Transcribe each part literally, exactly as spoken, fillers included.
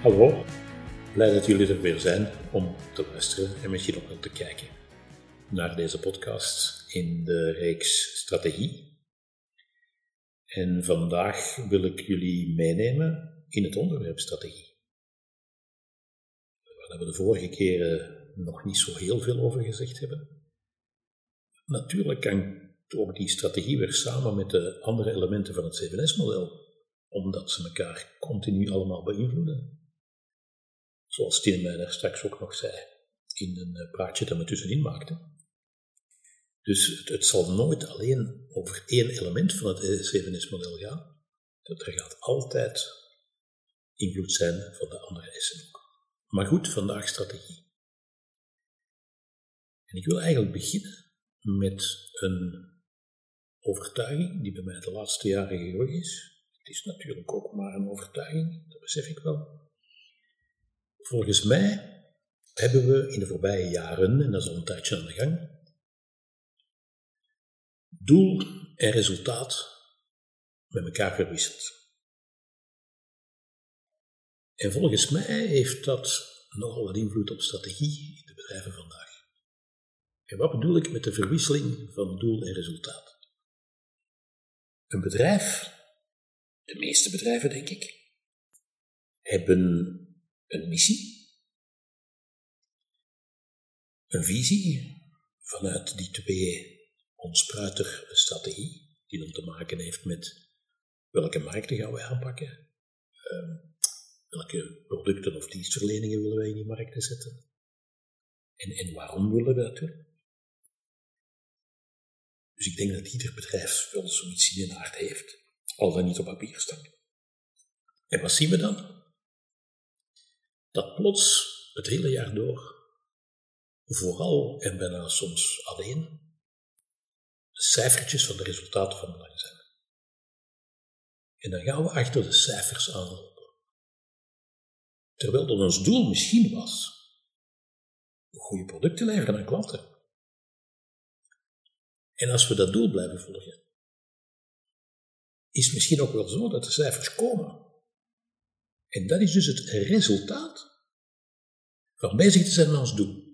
Hallo, blij dat jullie er weer zijn om te luisteren en misschien ook wel te kijken naar deze podcast in de reeks Strategie. En vandaag wil ik jullie meenemen in het onderwerp strategie. Waar we de vorige keren nog niet zo heel veel over gezegd hebben. Natuurlijk kan ook die strategie weer samen met de andere elementen van het zeven S-model, omdat ze elkaar continu allemaal beïnvloeden. Zoals Tine mij daar straks ook nog zei, in een praatje dat we tussenin maakten. Dus het, het zal nooit alleen over één element van het zeven S-model gaan. Er gaat altijd invloed zijn van de andere S'en ook. Maar goed, vandaag strategie. En ik wil eigenlijk beginnen met een overtuiging die bij mij de laatste jaren gegroeid is. Het is natuurlijk ook maar een overtuiging, dat besef ik wel. Volgens mij hebben we in de voorbije jaren, en dat is al een tijdje aan de gang, doel en resultaat met elkaar verwisseld. En volgens mij heeft dat nogal wat invloed op strategie in de bedrijven vandaag. En wat bedoel ik met de verwisseling van doel en resultaat? Een bedrijf, de meeste bedrijven denk ik, hebben een missie, een visie, vanuit die twee ontspruit er een strategie die dan te maken heeft met welke markten gaan wij aanpakken, uh, welke producten of dienstverleningen willen wij in die markten zetten en, en waarom willen we dat doen. Dus ik denk dat ieder bedrijf wel zoiets in de aard heeft, al dan niet op papier staat. En wat zien we dan? Dat plots het hele jaar door, vooral en bijna soms alleen, de cijfertjes van de resultaten van belang zijn. En dan gaan we achter de cijfers aanlopen. Terwijl dat ons doel misschien was goede producten leveren aan klanten. En als we dat doel blijven volgen, is het misschien ook wel zo dat de cijfers komen. En dat is dus het resultaat van bezig te zijn met ons doel.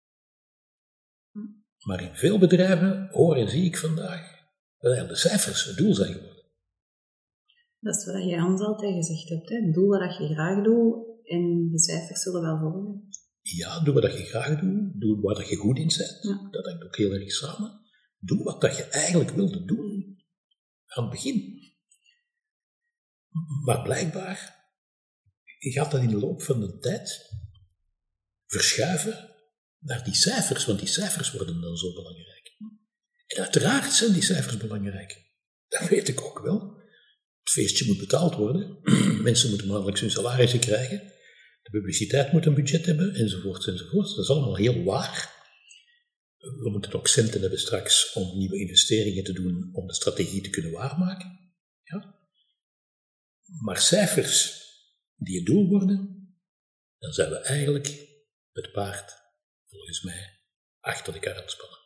Maar in veel bedrijven hoor en zie ik vandaag dat eigenlijk de cijfers het doel zijn geworden. Dat is wat je Hans altijd gezegd hebt, hè? Doe wat je graag doet en de cijfers zullen wel volgen. Ja, doe wat je graag doet, doe wat je goed in bent. Ja. Dat hangt ook heel erg samen. Doe wat je eigenlijk wilde doen aan het begin. Maar blijkbaar gaat dat in de loop van de tijd verschuiven naar die cijfers, want die cijfers worden dan zo belangrijk. En uiteraard zijn die cijfers belangrijk. Dat weet ik ook wel. Het feestje moet betaald worden. Mensen moeten maandelijks hun salarissen krijgen. De publiciteit moet een budget hebben, enzovoort, enzovoort. Dat is allemaal heel waar. We moeten ook centen hebben straks om nieuwe investeringen te doen om de strategie te kunnen waarmaken. Ja? Maar cijfers die het doel worden, dan zijn we eigenlijk het paard, volgens mij, achter de kar aan het spannen.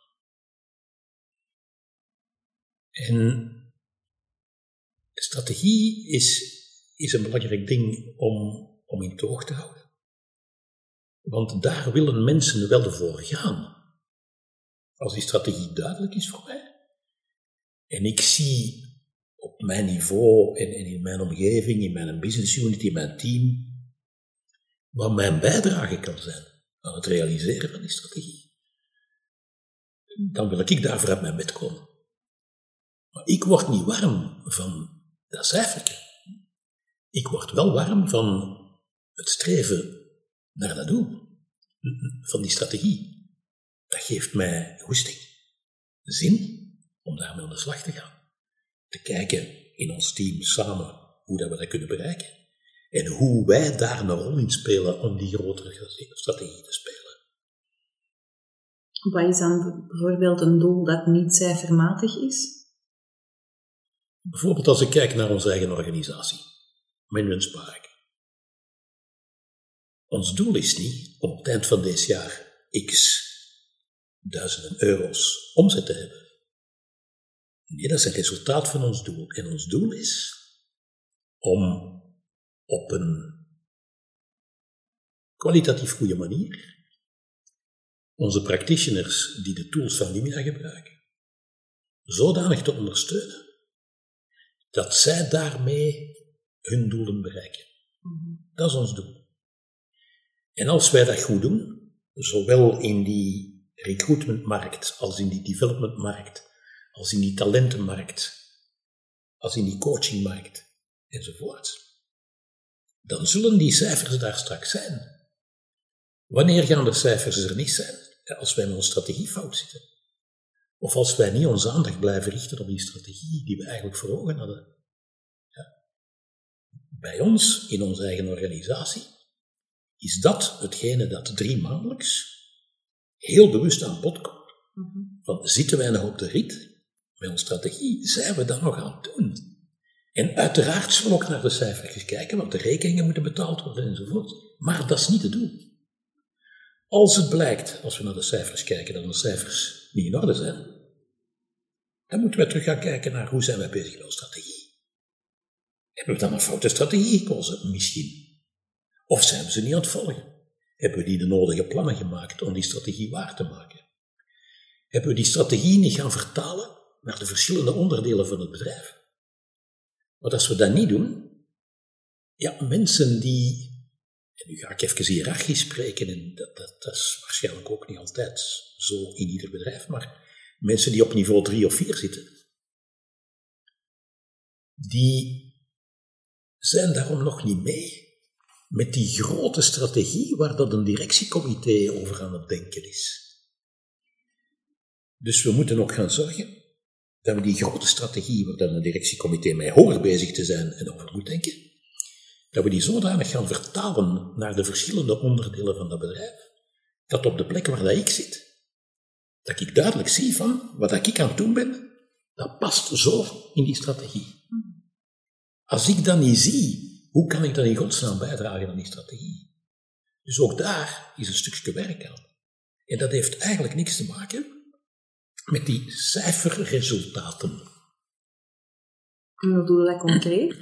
En strategie is, is een belangrijk ding om, om in het oog te houden. Want daar willen mensen wel voor gaan. Als die strategie duidelijk is voor mij. En ik zie op mijn niveau en, en in mijn omgeving, in mijn business unit, in mijn team, wat mijn bijdrage kan zijn aan het realiseren van die strategie. Dan wil ik daar voor uit mijn bed komen. Maar ik word niet warm van dat cijfertje. Ik word wel warm van het streven naar dat doel. Van die strategie. Dat geeft mij goesting. Zin om daarmee aan de slag te gaan. Te kijken in ons team samen hoe dat we dat kunnen bereiken. En hoe wij daar een rol in spelen om die grotere strategie te spelen. Wat is dan bijvoorbeeld een doel dat niet cijfermatig is? Bijvoorbeeld als ik kijk naar onze eigen organisatie. Menwens Park. Ons doel is niet om op het eind van dit jaar x duizenden euro's omzet te hebben. Nee, dat is een resultaat van ons doel. En ons doel is om op een kwalitatief goede manier onze practitioners die de tools van Lumina gebruiken, zodanig te ondersteunen dat zij daarmee hun doelen bereiken. Mm-hmm. Dat is ons doel. En als wij dat goed doen, zowel in die recruitmentmarkt, als in die developmentmarkt, als in die talentenmarkt, als in die coachingmarkt, enzovoort, dan zullen die cijfers daar straks zijn. Wanneer gaan de cijfers er niet zijn? Als wij met onze strategie fout zitten. Of als wij niet onze aandacht blijven richten op die strategie die we eigenlijk voor ogen hadden. Ja. Bij ons, in onze eigen organisatie, is dat hetgene dat drie maandelijks heel bewust aan bod komt. Mm-hmm. Van, zitten wij nog op de rit? Met onze strategie zijn we dat nog aan het doen. En uiteraard zullen we ook naar de cijfers kijken, want de rekeningen moeten betaald worden enzovoort. Maar dat is niet het doel. Als het blijkt, als we naar de cijfers kijken, dat de cijfers niet in orde zijn, dan moeten we terug gaan kijken naar hoe zijn wij bezig met onze strategie. Hebben we dan een foute strategie gekozen? Misschien. Of zijn we ze niet aan het volgen? Hebben we die de nodige plannen gemaakt om die strategie waar te maken? Hebben we die strategie niet gaan vertalen naar de verschillende onderdelen van het bedrijf? Want als we dat niet doen, ja, mensen die, en nu ga ik even hiërarchisch spreken, en dat, dat, dat is waarschijnlijk ook niet altijd zo in ieder bedrijf, maar mensen die op niveau drie of vier zitten, die zijn daarom nog niet mee met die grote strategie waar dat een directiecomité over aan het denken is. Dus we moeten ook gaan zorgen dat we die grote strategie, waar dan een directiecomité mee hoort bezig te zijn en over moet denken, dat we die zodanig gaan vertalen naar de verschillende onderdelen van dat bedrijf, dat op de plek waar dat ik zit, dat ik duidelijk zie van, wat ik aan het doen ben, dat past zo in die strategie. Als ik dat niet zie, hoe kan ik dan in godsnaam bijdragen aan die strategie? Dus ook daar is een stukje werk aan. En dat heeft eigenlijk niks te maken met die cijferresultaten. En hoe doe je dat concreet?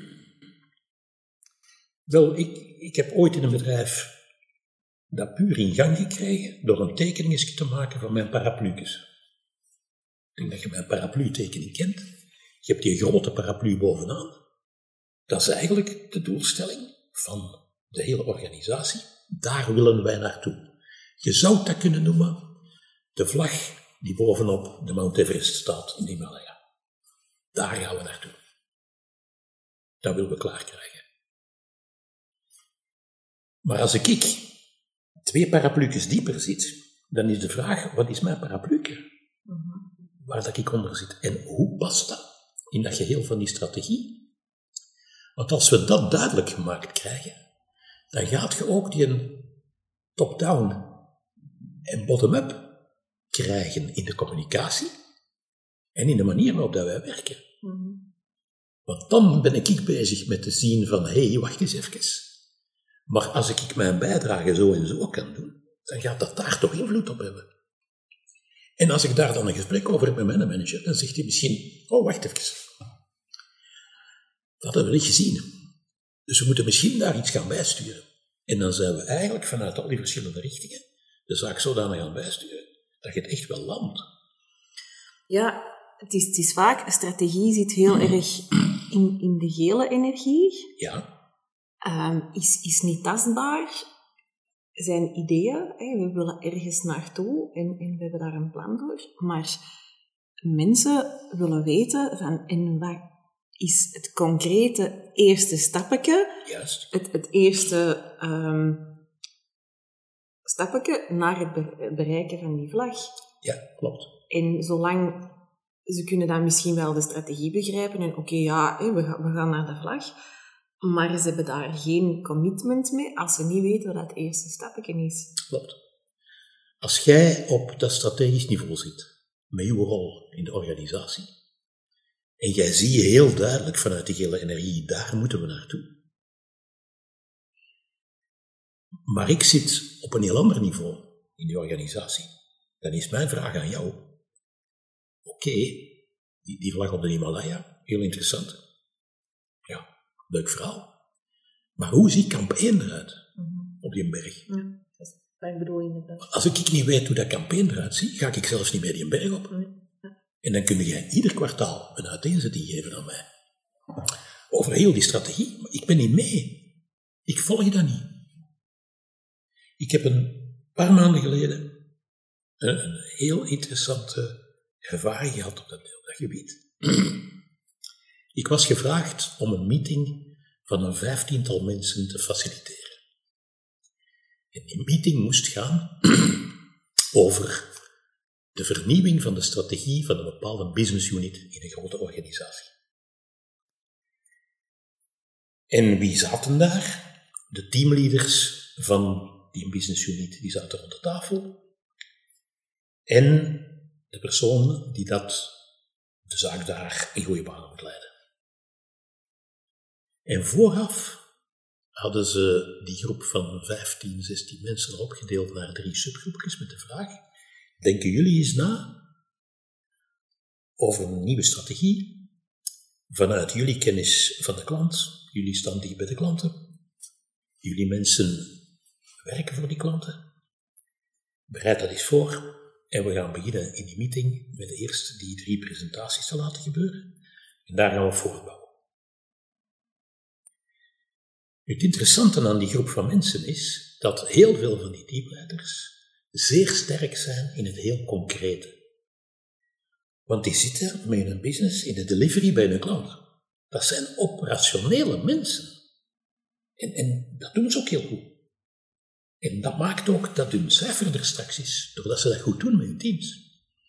Wel, ik, ik heb ooit in een bedrijf dat puur in gang gekregen door een tekening te maken van mijn paraplu's. Ik denk dat je mijn paraplu-tekening kent. Je hebt die grote paraplu bovenaan. Dat is eigenlijk de doelstelling van de hele organisatie. Daar willen wij naartoe. Je zou dat kunnen noemen de vlag die bovenop de Mount Everest staat in de Himalaya. Daar gaan we naartoe. Dat willen we klaarkrijgen. Maar als ik twee paraplu's dieper zit, dan is de vraag, wat is mijn parapluke? Waar dat ik onder zit. En hoe past dat in dat geheel van die strategie? Want als we dat duidelijk gemaakt krijgen, dan gaat je ook die top-down en bottom-up krijgen in de communicatie en in de manier waarop dat wij werken. Mm-hmm. Want dan ben ik bezig met te zien van, hé, hey, wacht eens even. Maar als ik mijn bijdrage zo en zo kan doen, dan gaat dat daar toch invloed op hebben. En als ik daar dan een gesprek over heb met mijn manager, dan zegt hij misschien, oh, wacht even. Dat hebben we niet gezien. Dus we moeten misschien daar iets gaan bijsturen. En dan zijn we eigenlijk vanuit al die verschillende richtingen de zaak zodanig gaan bijsturen dat je het echt wel landt. Ja, het is, het is vaak, een strategie zit heel mm. erg in, in de gele energie. Ja. Um, is, is niet tastbaar. Zijn ideeën, hè, we willen ergens naartoe en, en we hebben daar een plan voor. Maar mensen willen weten van, en wat is het concrete eerste stapje? Juist. Het, het eerste um, stapje naar het bereiken van die vlag. Ja, klopt. En zolang ze kunnen dan misschien wel de strategie begrijpen en oké, okay, ja, we gaan, we gaan naar de vlag, maar ze hebben daar geen commitment mee als ze niet weten wat het eerste stapje is. Klopt. Als jij op dat strategisch niveau zit, met je rol in de organisatie, en jij ziet heel duidelijk vanuit die gele energie, daar moeten we naartoe. Maar ik zit op een heel ander niveau in die organisatie. Dan is mijn vraag aan jou. Oké, okay, die, die vlag op de Himalaya, heel interessant. Ja, leuk verhaal. Maar hoe ziet kamp één eruit? Mm-hmm. op die berg. Ja, dat is wat ik bedoel inderdaad. Als ik niet weet hoe dat campagne eruit ziet, ga ik zelfs niet meer die berg op. Nee. Ja. En dan kun jij ieder kwartaal een uiteenzetting geven aan mij. Over heel die strategie. Maar ik ben niet mee. Ik volg dat niet. Ik heb een paar maanden geleden een, een heel interessante ervaring gehad op dat, op dat gebied. Ik was gevraagd om een meeting van een vijftiental mensen te faciliteren. En die meeting moest gaan over de vernieuwing van de strategie van een bepaalde business unit in een grote organisatie. En wie zaten daar? De teamleaders van die business unit, die zaten rond de tafel. En de persoon die dat, de zaak daar in goede banen moet leiden. En vooraf hadden ze die groep van vijftien, zestien mensen opgedeeld naar drie subgroepjes met de vraag: denken jullie eens na over een nieuwe strategie vanuit jullie kennis van de klant. Jullie staan dicht bij de klanten. Jullie mensen werken voor die klanten. Bereid dat eens voor. En we gaan beginnen in die meeting met de eerste die drie presentaties te laten gebeuren. En daar gaan we voortbouwen. Het interessante aan die groep van mensen is dat heel veel van die teamleiders zeer sterk zijn in het heel concrete. Want die zitten met hun business in de delivery bij hun klant. Dat zijn operationele mensen. En, en dat doen ze ook heel goed. En dat maakt ook dat hun cijfer er straks is, doordat ze dat goed doen met hun teams.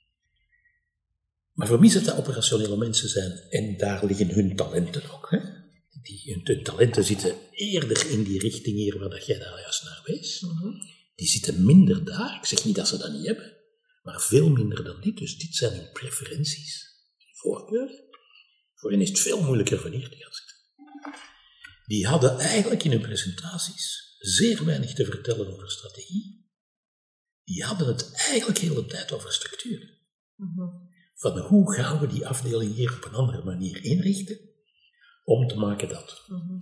Maar voor wie dat operationele mensen zijn, en daar liggen hun talenten ook. Hè? Die, hun, hun talenten zitten eerder in die richting hier waar dat jij daar juist naar wees. Mm-hmm. Die zitten minder daar. Ik zeg niet dat ze dat niet hebben, maar veel minder dan dit. Dus dit zijn hun preferenties, hun voorkeur. Voor hen is het veel moeilijker van hier te gaan zitten. Die hadden eigenlijk in hun presentaties zeer weinig te vertellen over strategie. Die hadden het eigenlijk de hele tijd over structuur. Mm-hmm. Van hoe gaan we die afdeling hier op een andere manier inrichten, om te maken dat. Mm-hmm.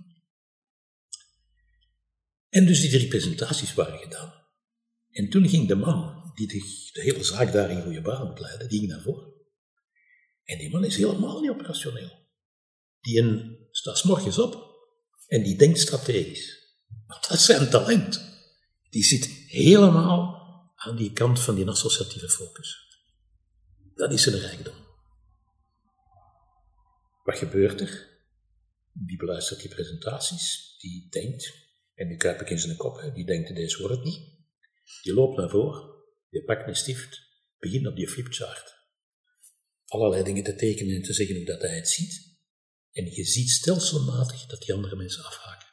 En dus die drie presentaties waren gedaan. En toen ging de man, die de, de hele zaak daar in goede banen moet leiden, die ging naar voren. En die man is helemaal niet operationeel. Die een, staat 's morgens op en die denkt strategisch. Want dat is zijn talent. Die zit helemaal aan die kant van die associatieve focus. Dat is zijn rijkdom. Wat gebeurt er? Die beluistert die presentaties, die denkt, en nu kruip ik in zijn kop, hè, die denkt, deze wordt het niet. Die loopt naar voren, die pakt een stift, begint op die flipchart allerlei dingen te tekenen en te zeggen hoe dat hij het ziet. En je ziet stelselmatig dat die andere mensen afhaken.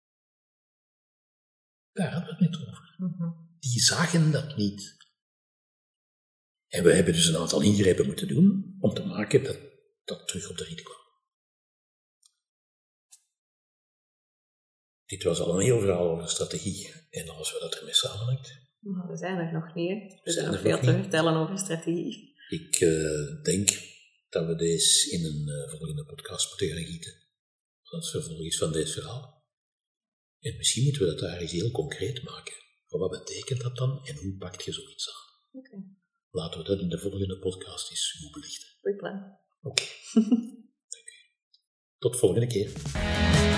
Daar hadden we het net over. Mm-hmm. Die zagen dat niet. En we hebben dus een aantal ingrepen moeten doen om te maken dat dat terug op de rit kwam. Dit was al een heel verhaal over strategie en alles wat dat ermee samenhangt. Maar we zijn er nog niet, hè. We zijn hebben nog er veel nog te niet. vertellen over strategie. Ik uh, denk dat we deze in een uh, volgende podcast moeten gaan gieten. Dat is vervolg is van dit verhaal. En misschien moeten we dat daar eens heel concreet maken. Maar wat betekent dat dan en hoe pak je zoiets aan? Oké. Okay. Laten we dat in de volgende podcast eens goed belichten. Goed plan. Oké. Okay. Dank u. Tot de volgende keer.